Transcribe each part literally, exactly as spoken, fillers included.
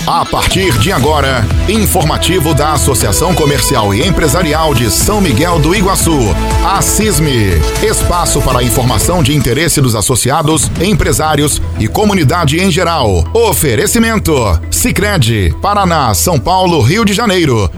A partir de agora, informativo da Associação Comercial e Empresarial de São Miguel do Iguaçu, a CISME. Espaço para informação de interesse dos associados, empresários e comunidade em geral. Oferecimento: Sicredi, Paraná, São Paulo, Rio de Janeiro.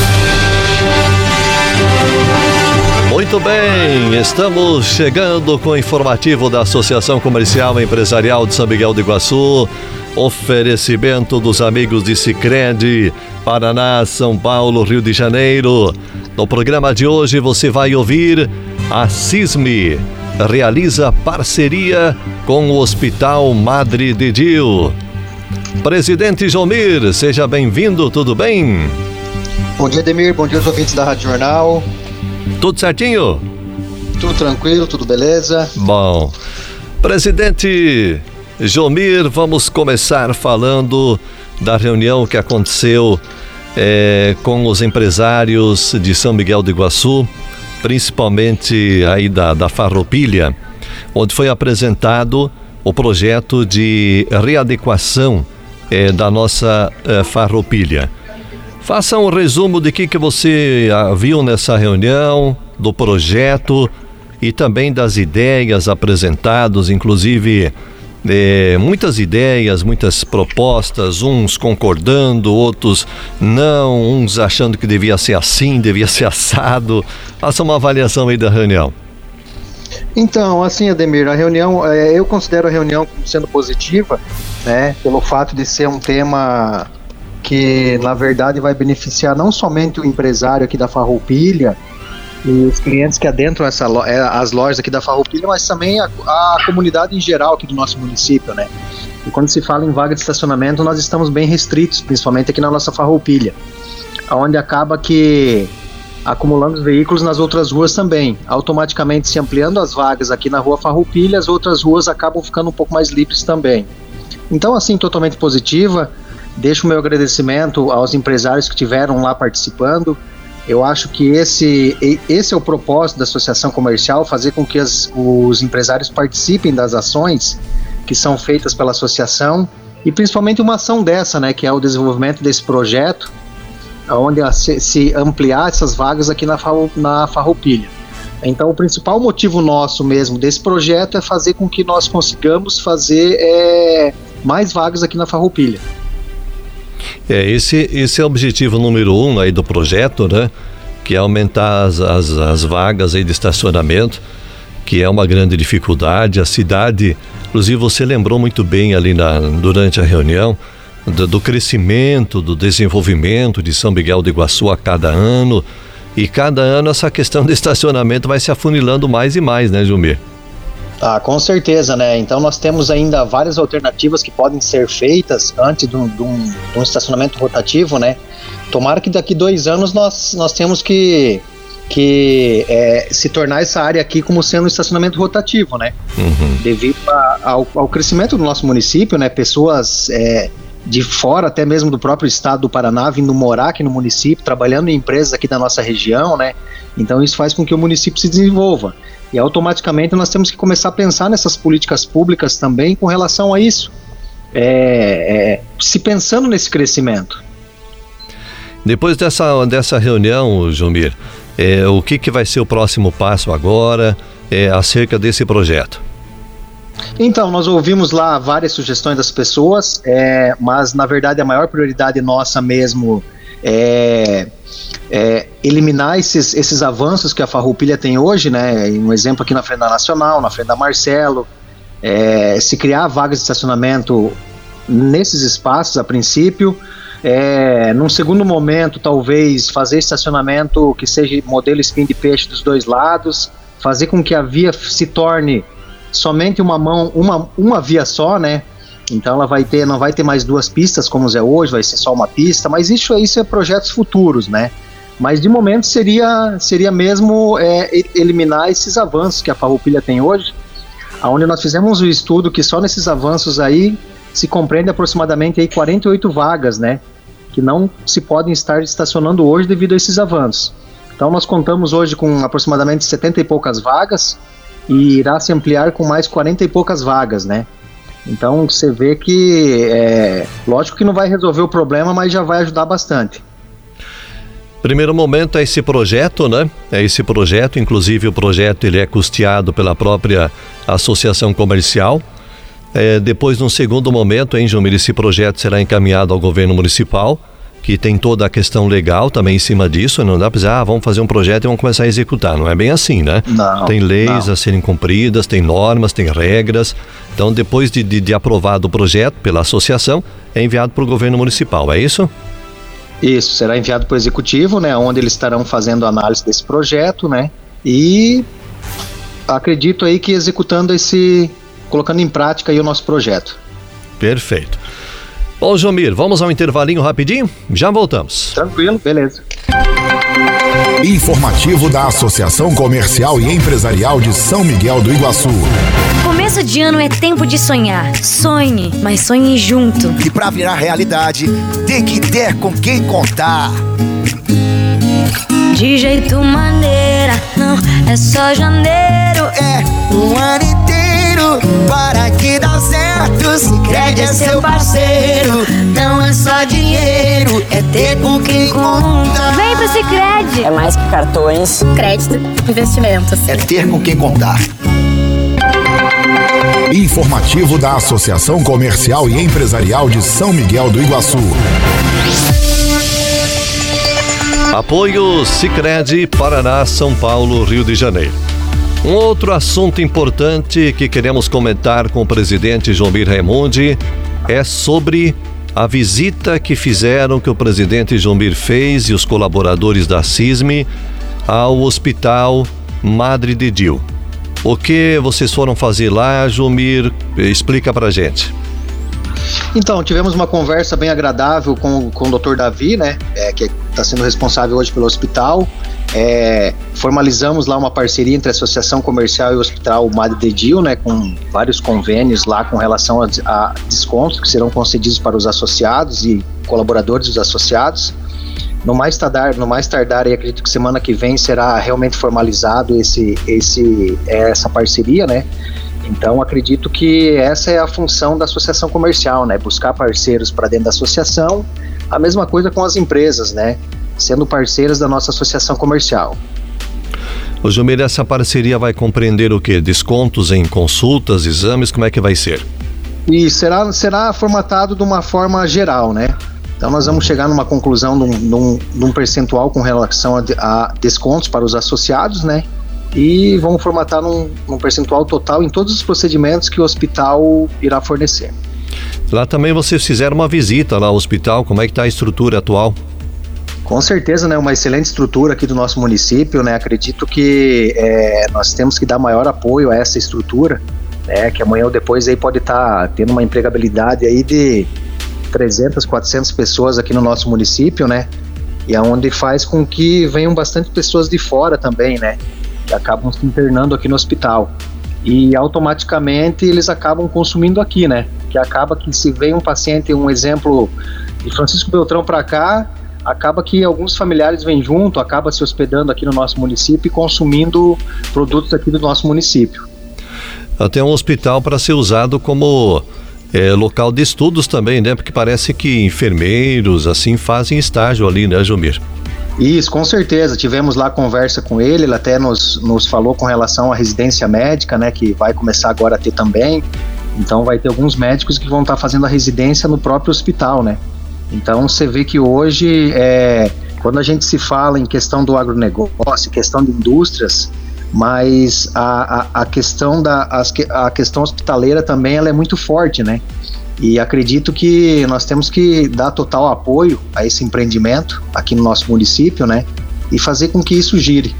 Muito bem, estamos chegando com o informativo da Associação Comercial e Empresarial de São Miguel do Iguaçu. Oferecimento dos amigos de Sicredi, Paraná, São Paulo, Rio de Janeiro. No programa de hoje você vai ouvir: a CISME realiza parceria com o Hospital Madre de Dio. Presidente Jomir, seja bem-vindo, tudo bem? Bom dia, Ademir, bom dia aos ouvintes da Rádio Jornal. Tudo certinho? Tudo tranquilo, tudo beleza. Bom, presidente Jomir, vamos começar falando da reunião que aconteceu é, com os empresários de São Miguel do Iguaçu, principalmente aí da, da Farroupilha, onde foi apresentado o projeto de readequação é, da nossa é, Farroupilha. Faça um resumo de que, que você viu nessa reunião, do projeto e também das ideias apresentadas, inclusive é, muitas ideias, muitas propostas, uns concordando, outros não, uns achando que devia ser assim, devia ser assado. Faça uma avaliação aí da reunião. Então, assim, Ademir, a reunião, é, eu considero a reunião como sendo positiva, né, pelo fato de ser um tema que, na verdade, vai beneficiar não somente o empresário aqui da Farroupilha e os clientes que adentram essa lo- as lojas aqui da Farroupilha, mas também a, a comunidade em geral aqui do nosso município, né? E quando se fala em vaga de estacionamento, nós estamos bem restritos, principalmente aqui na nossa Farroupilha, onde acaba que acumulamos veículos nas outras ruas também. Automaticamente, se ampliando as vagas aqui na rua Farroupilha, as outras ruas acabam ficando um pouco mais livres também. Então, assim, totalmente positiva. Deixo o meu agradecimento aos empresários que estiveram lá participando. Eu acho que esse, esse é o propósito da Associação Comercial, fazer com que as, os empresários participem das ações que são feitas pela associação, e principalmente uma ação dessa, né, que é o desenvolvimento desse projeto, onde se, se ampliar essas vagas aqui na, na Farroupilha. Então, o principal motivo nosso mesmo desse projeto é fazer com que nós consigamos fazer é, mais vagas aqui na Farroupilha. É, esse, esse é o objetivo número um aí do projeto, né? Que é aumentar as, as, as vagas aí de estacionamento, que é uma grande dificuldade. A cidade, inclusive você lembrou muito bem ali na, durante a reunião, do, do crescimento, do desenvolvimento de São Miguel do Iguaçu a cada ano, e cada ano essa questão de estacionamento vai se afunilando mais e mais, né, Jomir? Ah, com certeza, né? Então nós temos ainda várias alternativas que podem ser feitas antes de um, de um, de um estacionamento rotativo, né? Tomara que daqui dois anos nós, nós temos que, que é, se tornar essa área aqui como sendo um estacionamento rotativo, né? Uhum. Devido a, ao, ao crescimento do nosso município, né? Pessoas é, de fora, até mesmo do próprio estado do Paraná, vindo morar aqui no município, trabalhando em empresas aqui da nossa região, né? Então isso faz com que o município se desenvolva. E automaticamente nós temos que começar a pensar nessas políticas públicas também com relação a isso, é, é, se pensando nesse crescimento. Depois dessa, dessa reunião, Jomir, é, o que, que vai ser o próximo passo agora é, acerca desse projeto? Então, nós ouvimos lá várias sugestões das pessoas, é, mas na verdade a maior prioridade nossa mesmo é... É, eliminar esses, esses avanços que a Farroupilha tem hoje, né? Um exemplo aqui na frente da Nacional, na frente da Marcelo, é, se criar vagas de estacionamento nesses espaços a princípio, é, num segundo momento talvez fazer estacionamento que seja modelo espinho de peixe dos dois lados, fazer com que a via se torne somente uma mão, uma, uma via só, né? Então ela vai ter, não vai ter mais duas pistas como é hoje, vai ser só uma pista, mas isso, isso é projetos futuros, né? Mas de momento seria, seria mesmo é, eliminar esses avanços que a Farroupilha tem hoje, onde nós fizemos um estudo que só nesses avanços aí se compreende aproximadamente aí quarenta e oito vagas, né? Que não se podem estar estacionando hoje devido a esses avanços. Então nós contamos hoje com aproximadamente setenta e poucas vagas e irá se ampliar com mais quarenta e poucas vagas, né? Então você vê que, é, lógico que não vai resolver o problema, mas já vai ajudar bastante. Primeiro momento é esse projeto, né? É esse projeto, inclusive o projeto ele é custeado pela própria associação comercial. É, depois, num segundo momento, hein, Jomir, esse projeto será encaminhado ao governo municipal, que tem toda a questão legal também em cima disso. Não dá para dizer, ah, vamos fazer um projeto e vamos começar a executar. Não é bem assim, né? Não, tem leis não. a serem cumpridas, tem normas, tem regras. Então, depois de, de, de aprovado o projeto pela associação, é enviado para o governo municipal, é isso? Isso, será enviado para o executivo, né, onde eles estarão fazendo análise desse projeto, né, e acredito aí que executando esse, colocando em prática aí o nosso projeto. Perfeito. Bom, Jomir, vamos ao intervalinho rapidinho? Já voltamos. Tranquilo, beleza. Informativo da Associação Comercial e Empresarial de São Miguel do Iguaçu. Começo de ano é tempo de sonhar. Sonhe, mas sonhe junto. E pra virar realidade, tem que ter com quem contar. De jeito maneira, não é só janeiro. É o ano inteiro para que dá certo. Sicredi é seu parceiro. Não é só dinheiro, é ter com quem contar. Vem pro Sicredi. É mais que cartões, crédito, investimentos. É ter com quem contar. Informativo da Associação Comercial e Empresarial de São Miguel do Iguaçu. Apoio Sicredi, Paraná, São Paulo, Rio de Janeiro. Um outro assunto importante que queremos comentar com o presidente Jomir Raimundi é sobre a visita que fizeram, que o presidente Jomir fez e os colaboradores da CISME ao Hospital Madre de Diu. O que vocês foram fazer lá, Jomir? Explica pra gente. Então, tivemos uma conversa bem agradável com, com o doutor Davi, né, é, que está sendo responsável hoje pelo hospital. É, formalizamos lá uma parceria entre a Associação Comercial e o Hospital Madre de Diu, né, com vários convênios lá com relação a, a descontos que serão concedidos para os associados e colaboradores dos associados. No mais tardar, no mais tardar, e acredito que semana que vem será realmente formalizado esse, esse, essa parceria, né? Então, acredito que essa é a função da associação comercial, né? Buscar parceiros para dentro da associação, a mesma coisa com as empresas, né? Sendo parceiras da nossa associação comercial. Ô Jomir, essa parceria vai compreender o quê? Descontos em consultas, exames, como é que vai ser? E será, será formatado de uma forma geral, né? Então nós vamos chegar numa conclusão de um, de um, de um percentual com relação a, a descontos para os associados, né? E vamos formatar num, num percentual total em todos os procedimentos que o hospital irá fornecer. Lá também vocês fizeram uma visita lá ao hospital, como é que está a estrutura atual? Com certeza, né? Uma excelente estrutura aqui do nosso município, né? Acredito que é, nós temos que dar maior apoio a essa estrutura, né? Que amanhã ou depois aí pode estar tá tendo uma empregabilidade aí de trezentas, quatrocentas pessoas aqui no nosso município, né? E aonde faz com que venham bastante pessoas de fora também, né? Que acabam se internando aqui no hospital. E automaticamente eles acabam consumindo aqui, né? Que acaba que se vem um paciente, um exemplo de Francisco Beltrão para cá, acaba que alguns familiares vêm junto, acaba se hospedando aqui no nosso município e consumindo produtos aqui do nosso município. Até um hospital para ser usado como É, local de estudos também, né? Porque parece que enfermeiros, assim, fazem estágio ali, né, Jomir? Isso, com certeza. Tivemos lá conversa com ele, ele até nos, nos falou com relação à residência médica, né? Que vai começar agora a ter também. Então vai ter alguns médicos que vão estar fazendo a residência no próprio hospital, né? Então você vê que hoje, é, quando a gente se fala em questão do agronegócio, questão de indústrias, mas a, a, a, questão da, a questão hospitaleira também ela é muito forte, né? E acredito que nós temos que dar total apoio a esse empreendimento aqui no nosso município, né? E fazer com que isso gire.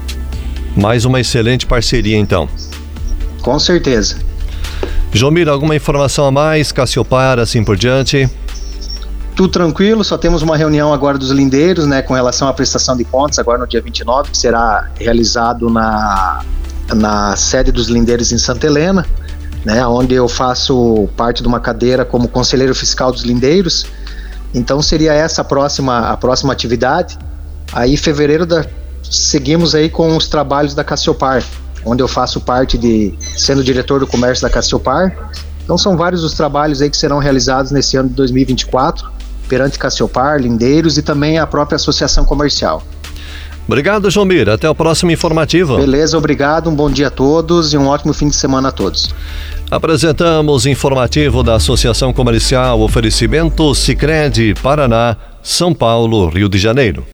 Mais uma excelente parceria, então. Com certeza. Jomir, alguma informação a mais? Cassiopar, assim por diante? Tudo tranquilo, só temos uma reunião agora dos lindeiros, né, com relação à prestação de contas, agora no dia vinte e nove, que será realizado na, na sede dos lindeiros em Santa Helena, né, onde eu faço parte de uma cadeira como conselheiro fiscal dos lindeiros. Então seria essa a próxima, a próxima atividade. Aí em fevereiro da, seguimos aí com os trabalhos da Cassiopar, onde eu faço parte de, sendo diretor do comércio da Cassiopar, Então são vários os trabalhos aí que serão realizados nesse ano de dois mil e vinte e quatro, perante Cassiopar, Lindeiros e também a própria Associação Comercial. Obrigado, Jomir. Até o próximo informativo. Beleza, obrigado. Um bom dia a todos e um ótimo fim de semana a todos. Apresentamos informativo da Associação Comercial, oferecimento Sicredi, Paraná, São Paulo, Rio de Janeiro.